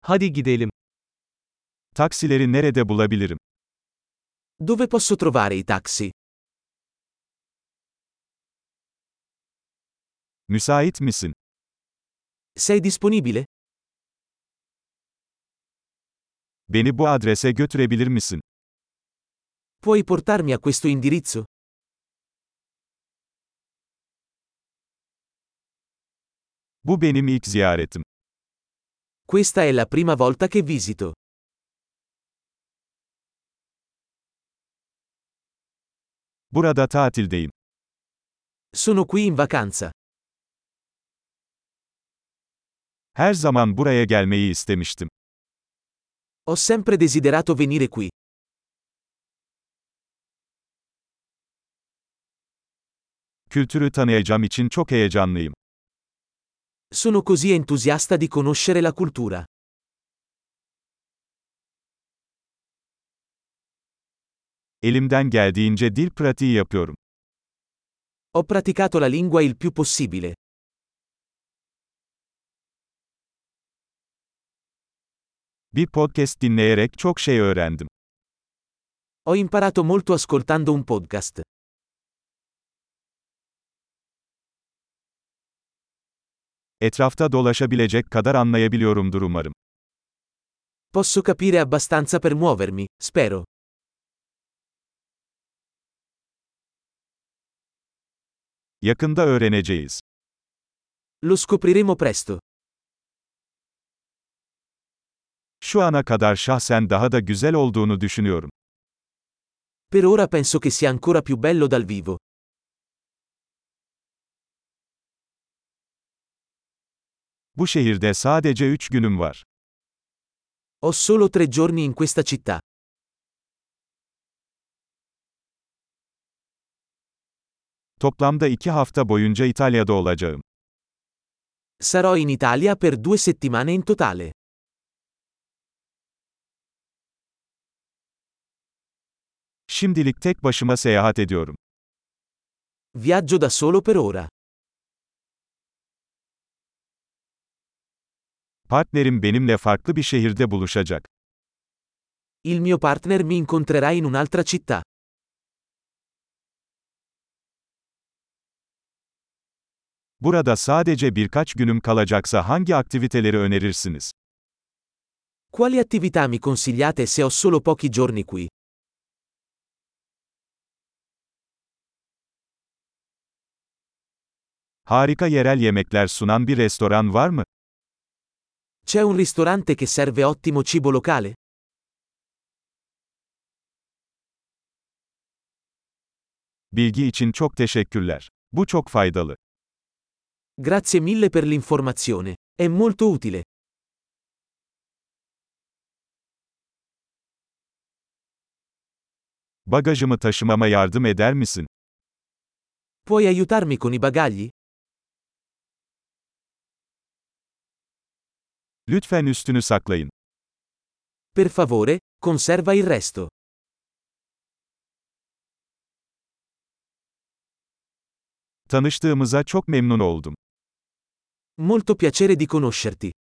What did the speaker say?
Hadi gidelim. Taksileri nerede bulabilirim? Dove posso trovare i taxi? Müsait misin? Sei disponibile? Beni bu adrese götürebilir misin? Puoi portarmi a questo indirizzo? Bu benim ilk ziyaretim. Questa è la prima volta che visito. Burada tatildeyim. Sono qui in vacanza. Her zaman buraya gelmeyi istemiştim. Ho sempre desiderato venire qui. Kültürü tanıyacağım için çok heyecanlıyım. Sono così entusiasta di conoscere la cultura. Elimden geldiğince dil pratiği yapıyorum. Ho praticato la lingua il più possibile. Bir podcast dinleyerek çok şey öğrendim. Ho imparato molto ascoltando un podcast. Etrafta dolaşabilecek kadar anlayabiliyorumdur umarım. Posso capire abbastanza per muovermi, spero. Yakında öğreneceğiz. Lo scopriremo presto. Şu ana kadar şahsen daha da güzel olduğunu düşünüyorum. Per ora penso che sia ancora più bello dal vivo. Bu şehirde sadece 3 günüm var. Ho solo 3 giorni in questa città. Toplamda 2 hafta boyunca İtalya'da olacağım. Sarò in Italia per 2 settimane in totale. Şimdilik tek başıma seyahat ediyorum. Viaggio da solo per ora. Partnerim benimle farklı bir şehirde buluşacak. Il mio partner mi incontrerà in un'altra città. Burada sadece birkaç günüm kalacaksa hangi aktiviteleri önerirsiniz? Quali attività mi consigliate se ho solo pochi giorni qui? Harika yerel yemekler sunan bir restoran var mı? C'è un ristorante che serve ottimo cibo locale? Bilgi için çok teşekkürler. Bu çok faydalı. Grazie mille per l'informazione. È molto utile. Bagajımı taşımama yardım eder misin? Puoi aiutarmi con i bagagli? Lütfen üstünü saklayın. Per favore, conserva il resto. Tanıştığımıza çok memnun oldum. Molto piacere di conoscerti.